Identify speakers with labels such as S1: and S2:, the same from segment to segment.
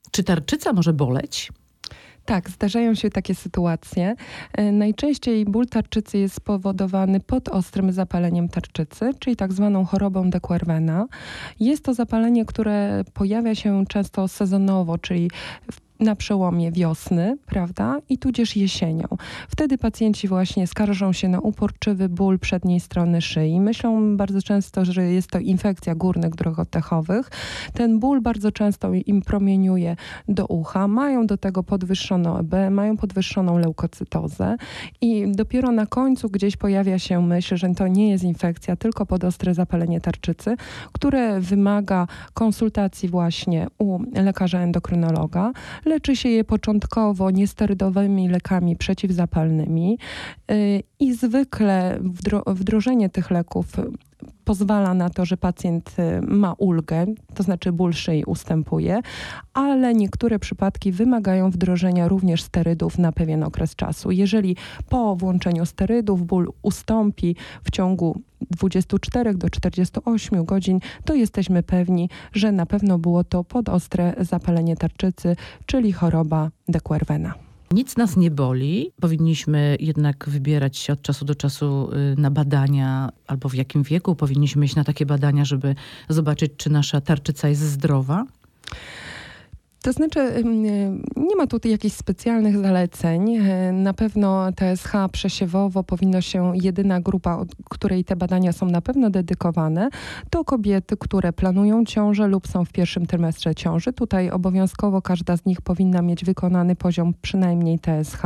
S1: Czy tarczyca może boleć?
S2: Tak, zdarzają się takie sytuacje. Najczęściej ból tarczycy jest spowodowany podostrym zapaleniem tarczycy, czyli tak zwaną chorobą de Quervaina. Jest to zapalenie, które pojawia się często sezonowo, czyli na przełomie wiosny, prawda, i tudzież jesienią. Wtedy pacjenci właśnie skarżą się na uporczywy ból przedniej strony szyi. Myślą bardzo często, że jest to infekcja górnych dróg oddechowych. Ten ból bardzo często im promieniuje do ucha. Mają do tego podwyższoną EB, mają podwyższoną leukocytozę i dopiero na końcu gdzieś pojawia się myśl, że to nie jest infekcja, tylko podostre zapalenie tarczycy, które wymaga konsultacji właśnie u lekarza endokrynologa. Leczy się je początkowo niesterydowymi lekami przeciwzapalnymi i zwykle wdrożenie tych leków pozwala na to, że pacjent ma ulgę, to znaczy ból szyi ustępuje, ale niektóre przypadki wymagają wdrożenia również sterydów na pewien okres czasu. Jeżeli po włączeniu sterydów ból ustąpi w ciągu 24 do 48 godzin, to jesteśmy pewni, że na pewno było to podostre zapalenie tarczycy, czyli choroba de Quervaina.
S1: Nic nas nie boli. Powinniśmy jednak wybierać się od czasu do czasu na badania, albo w jakim wieku powinniśmy iść na takie badania, żeby zobaczyć, czy nasza tarczyca jest zdrowa?
S2: To znaczy, nie ma tutaj jakichś specjalnych zaleceń. Na pewno TSH przesiewowo powinno się, jedyna grupa, której te badania są na pewno dedykowane, to kobiety, które planują ciążę lub są w pierwszym trymestrze ciąży. Tutaj obowiązkowo każda z nich powinna mieć wykonany poziom przynajmniej TSH.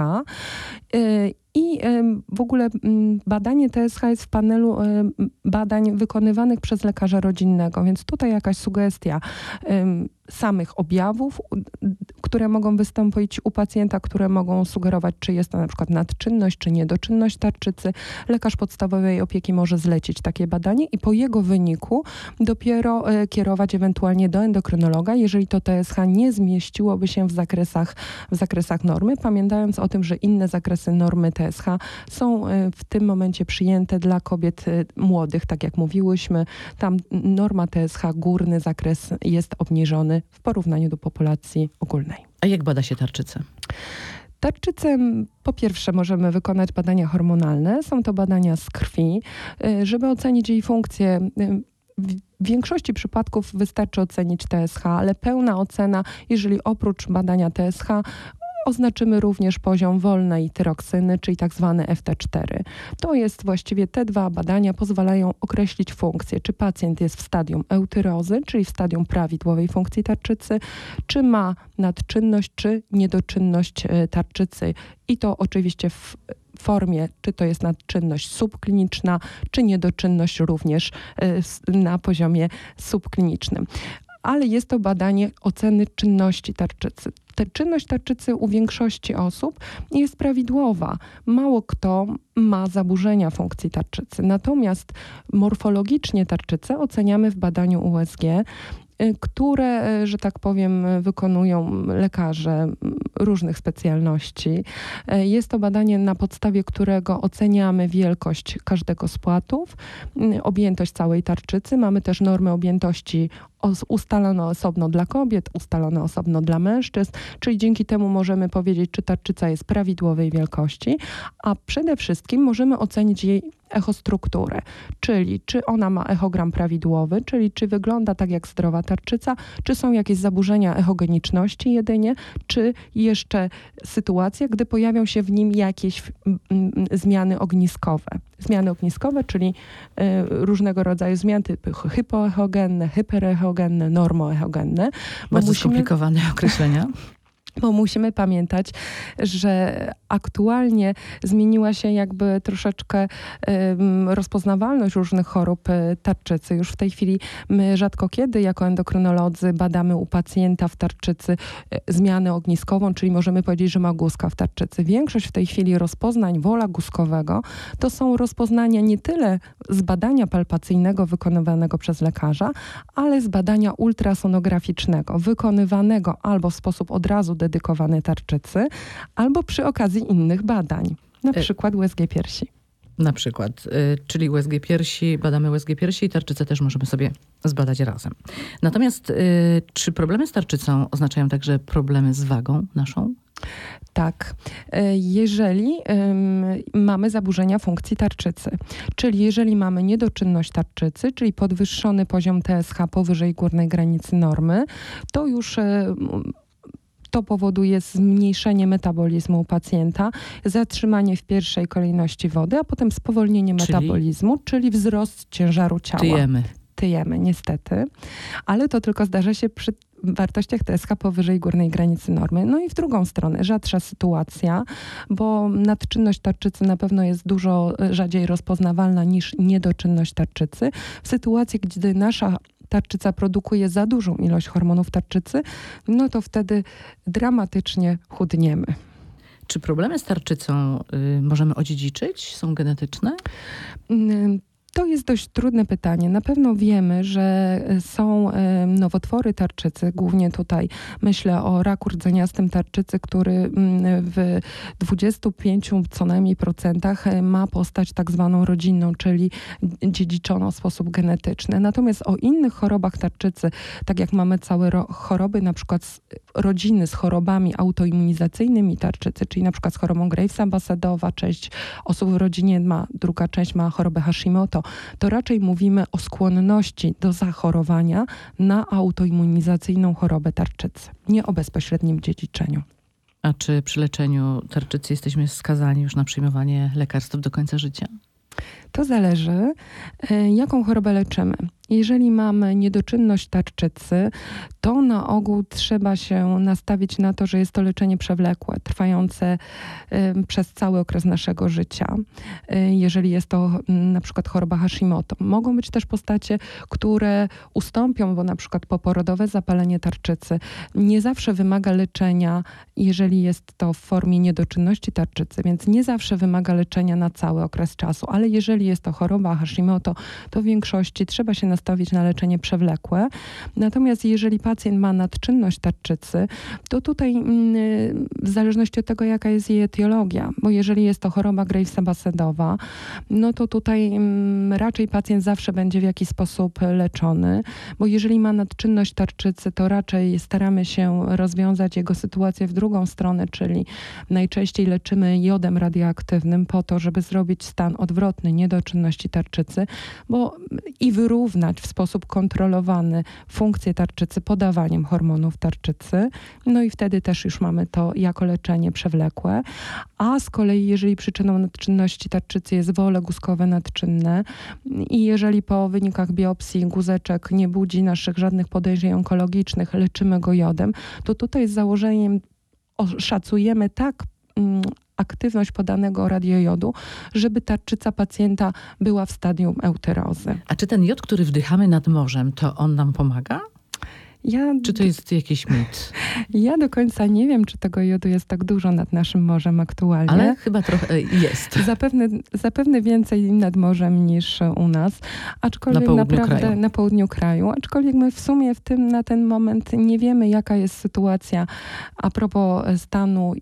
S2: I w ogóle badanie TSH jest w panelu badań wykonywanych przez lekarza rodzinnego, więc tutaj jakaś sugestia samych objawów, które mogą wystąpić u pacjenta, które mogą sugerować, czy jest to na przykład nadczynność, czy niedoczynność tarczycy. Lekarz podstawowej opieki może zlecić takie badanie i po jego wyniku dopiero kierować ewentualnie do endokrynologa, jeżeli to TSH nie zmieściłoby się w zakresach normy, pamiętając o tym, że inne zakresy normy TSH są w tym momencie przyjęte dla kobiet młodych, tak jak mówiłyśmy. Tam norma TSH, górny zakres jest obniżony w porównaniu do populacji ogólnej.
S1: A jak bada się tarczycę?
S2: Tarczycę po pierwsze możemy wykonać badania hormonalne. Są to badania z krwi, żeby ocenić jej funkcję. W większości przypadków wystarczy ocenić TSH, ale pełna ocena, jeżeli oprócz badania TSH oznaczymy również poziom wolnej tyroksyny, czyli tak zwany FT4. To jest właściwie te dwa badania pozwalają określić funkcję, czy pacjent jest w stadium eutyrozy, czyli w stadium prawidłowej funkcji tarczycy, czy ma nadczynność, czy niedoczynność tarczycy. I to oczywiście w formie, czy to jest nadczynność subkliniczna, czy niedoczynność również na poziomie subklinicznym. Ale jest to badanie oceny czynności tarczycy. Czynność tarczycy u większości osób jest prawidłowa. Mało kto ma zaburzenia funkcji tarczycy. Natomiast morfologicznie tarczycę oceniamy w badaniu USG, które, że tak powiem, wykonują lekarze różnych specjalności. Jest to badanie, na podstawie którego oceniamy wielkość każdego z płatów, objętość całej tarczycy. Mamy też normy objętości ustalone osobno dla kobiet, ustalone osobno dla mężczyzn, czyli dzięki temu możemy powiedzieć, czy tarczyca jest prawidłowej wielkości, a przede wszystkim możemy ocenić jej echostrukturę, czyli czy ona ma echogram prawidłowy, czyli czy wygląda tak jak zdrowa tarczyca, czy są jakieś zaburzenia echogeniczności jedynie, czy jeszcze sytuacje, gdy pojawią się w nim jakieś zmiany ogniskowe. Zmiany ogniskowe, czyli różnego rodzaju zmiany typu hypoechogenne, hyperechogenne, normoechogenne.
S1: Bardzo skomplikowane określenia.
S2: Bo musimy pamiętać, że aktualnie zmieniła się jakby troszeczkę rozpoznawalność różnych chorób tarczycy. Już w tej chwili my rzadko kiedy jako endokrynolodzy badamy u pacjenta w tarczycy zmianę ogniskową, czyli możemy powiedzieć, że ma guzka w tarczycy. Większość w tej chwili rozpoznań wola guzkowego to są rozpoznania nie tyle z badania palpacyjnego wykonywanego przez lekarza, ale z badania ultrasonograficznego wykonywanego albo w sposób od razu dedykowany tarczycy, albo przy okazji innych badań, na przykład USG piersi.
S1: Na przykład, czyli USG piersi, badamy USG piersi i tarczycę też możemy sobie zbadać razem. Natomiast czy problemy z tarczycą oznaczają także problemy z wagą naszą?
S2: Tak, jeżeli mamy zaburzenia funkcji tarczycy, czyli jeżeli mamy niedoczynność tarczycy, czyli podwyższony poziom TSH powyżej górnej granicy normy, to już to powoduje zmniejszenie metabolizmu u pacjenta, zatrzymanie w pierwszej kolejności wody, a potem spowolnienie metabolizmu, czyli wzrost ciężaru ciała. Tyjemy, niestety, ale to tylko zdarza się przy wartościach TSH powyżej górnej granicy normy. No i w drugą stronę, rzadsza sytuacja, bo nadczynność tarczycy na pewno jest dużo rzadziej rozpoznawalna niż niedoczynność tarczycy. W sytuacji, gdy nasza tarczyca produkuje za dużą ilość hormonów tarczycy, no to wtedy dramatycznie chudniemy.
S1: Czy problemy z tarczycą możemy odziedziczyć? Są genetyczne?
S2: To jest dość trudne pytanie. Na pewno wiemy, że są nowotwory tarczycy, głównie tutaj myślę o raku rdzeniastym tarczycy, który w 25 co najmniej procentach ma postać tak zwaną rodzinną, czyli dziedziczoną w sposób genetyczny. Natomiast o innych chorobach tarczycy, tak jak mamy całe choroby, na przykład rodziny z chorobami autoimmunizacyjnymi tarczycy, czyli na przykład z chorobą Gravesa-Basedowa, część osób w rodzinie ma, druga część ma chorobę Hashimoto, to raczej mówimy o skłonności do zachorowania na autoimmunizacyjną chorobę tarczycy, nie o bezpośrednim dziedziczeniu.
S1: A czy przy leczeniu tarczycy jesteśmy skazani już na przyjmowanie lekarstw do końca życia?
S2: To zależy, jaką chorobę leczymy. Jeżeli mamy niedoczynność tarczycy, to na ogół trzeba się nastawić na to, że jest to leczenie przewlekłe, trwające przez cały okres naszego życia. Jeżeli jest to na przykład choroba Hashimoto. Mogą być też postacie, które ustąpią, bo na przykład poporodowe zapalenie tarczycy nie zawsze wymaga leczenia, jeżeli jest to w formie niedoczynności tarczycy, więc nie zawsze wymaga leczenia na cały okres czasu, ale jeżeli jest to choroba Hashimoto, to w większości trzeba się nastawić na leczenie przewlekłe. Natomiast jeżeli pacjent ma nadczynność tarczycy, to tutaj w zależności od tego, jaka jest jej etiologia, bo jeżeli jest to choroba Gravesa-Basedowa, no to tutaj raczej pacjent zawsze będzie w jakiś sposób leczony, bo jeżeli ma nadczynność tarczycy, to raczej staramy się rozwiązać jego sytuację w drugą stronę, czyli najczęściej leczymy jodem radioaktywnym po to, żeby zrobić stan odwrotny niedoczynności tarczycy, bo i wyrównać w sposób kontrolowany funkcję tarczycy podawaniem hormonów tarczycy. No i wtedy też już mamy to jako leczenie przewlekłe. A z kolei, jeżeli przyczyną nadczynności tarczycy jest wole guzkowe nadczynne i jeżeli po wynikach biopsji guzeczek nie budzi naszych żadnych podejrzeń onkologicznych, leczymy go jodem, to tutaj z założeniem szacujemy tak aktywność podanego radiojodu, żeby tarczyca pacjenta była w stadium eutyrozy.
S1: A czy ten jod, który wdychamy nad morzem, to on nam pomaga? Czy to jest jakiś mit?
S2: Ja do końca nie wiem, czy tego jodu jest tak dużo nad naszym morzem aktualnie.
S1: Ale chyba trochę jest.
S2: Zapewne więcej nad morzem niż u nas. Aczkolwiek na południu kraju. Aczkolwiek my w sumie na ten moment nie wiemy, jaka jest sytuacja a propos stanu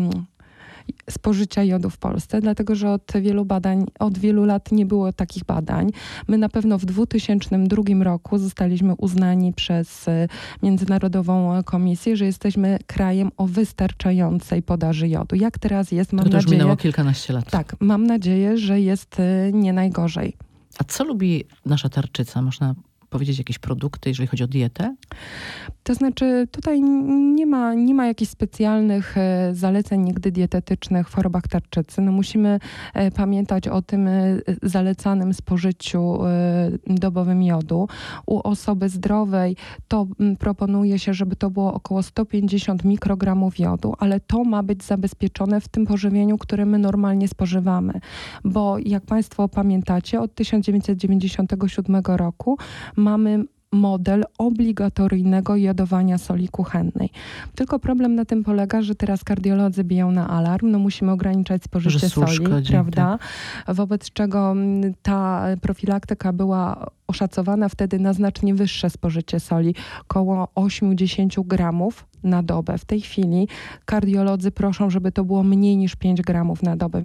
S2: spożycia jodu w Polsce, dlatego że od wielu lat nie było takich badań. My na pewno w 2002 roku zostaliśmy uznani przez Międzynarodową Komisję, że jesteśmy krajem o wystarczającej podaży jodu. Jak teraz jest, mam nadzieję...
S1: To już minęło kilkanaście lat.
S2: Tak, mam nadzieję, że jest nie najgorzej.
S1: A co lubi nasza tarczyca? Można powiedzieć jakieś produkty, jeżeli chodzi o dietę?
S2: To znaczy tutaj nie ma jakichś specjalnych zaleceń nigdy dietetycznych w chorobach tarczycy. No musimy pamiętać o tym zalecanym spożyciu dobowym jodu. U osoby zdrowej to proponuje się, żeby to było około 150 mikrogramów jodu, ale to ma być zabezpieczone w tym pożywieniu, które my normalnie spożywamy. Bo jak Państwo pamiętacie, od 1997 roku mamy model obligatoryjnego jodowania soli kuchennej. Tylko problem na tym polega, że teraz kardiolodzy biją na alarm, no musimy ograniczać spożycie soli, prawda? Tak. Wobec czego ta profilaktyka była oszacowana wtedy na znacznie wyższe spożycie soli, około 8-10 gramów na dobę. W tej chwili kardiolodzy proszą, żeby to było mniej niż 5 gramów na dobę.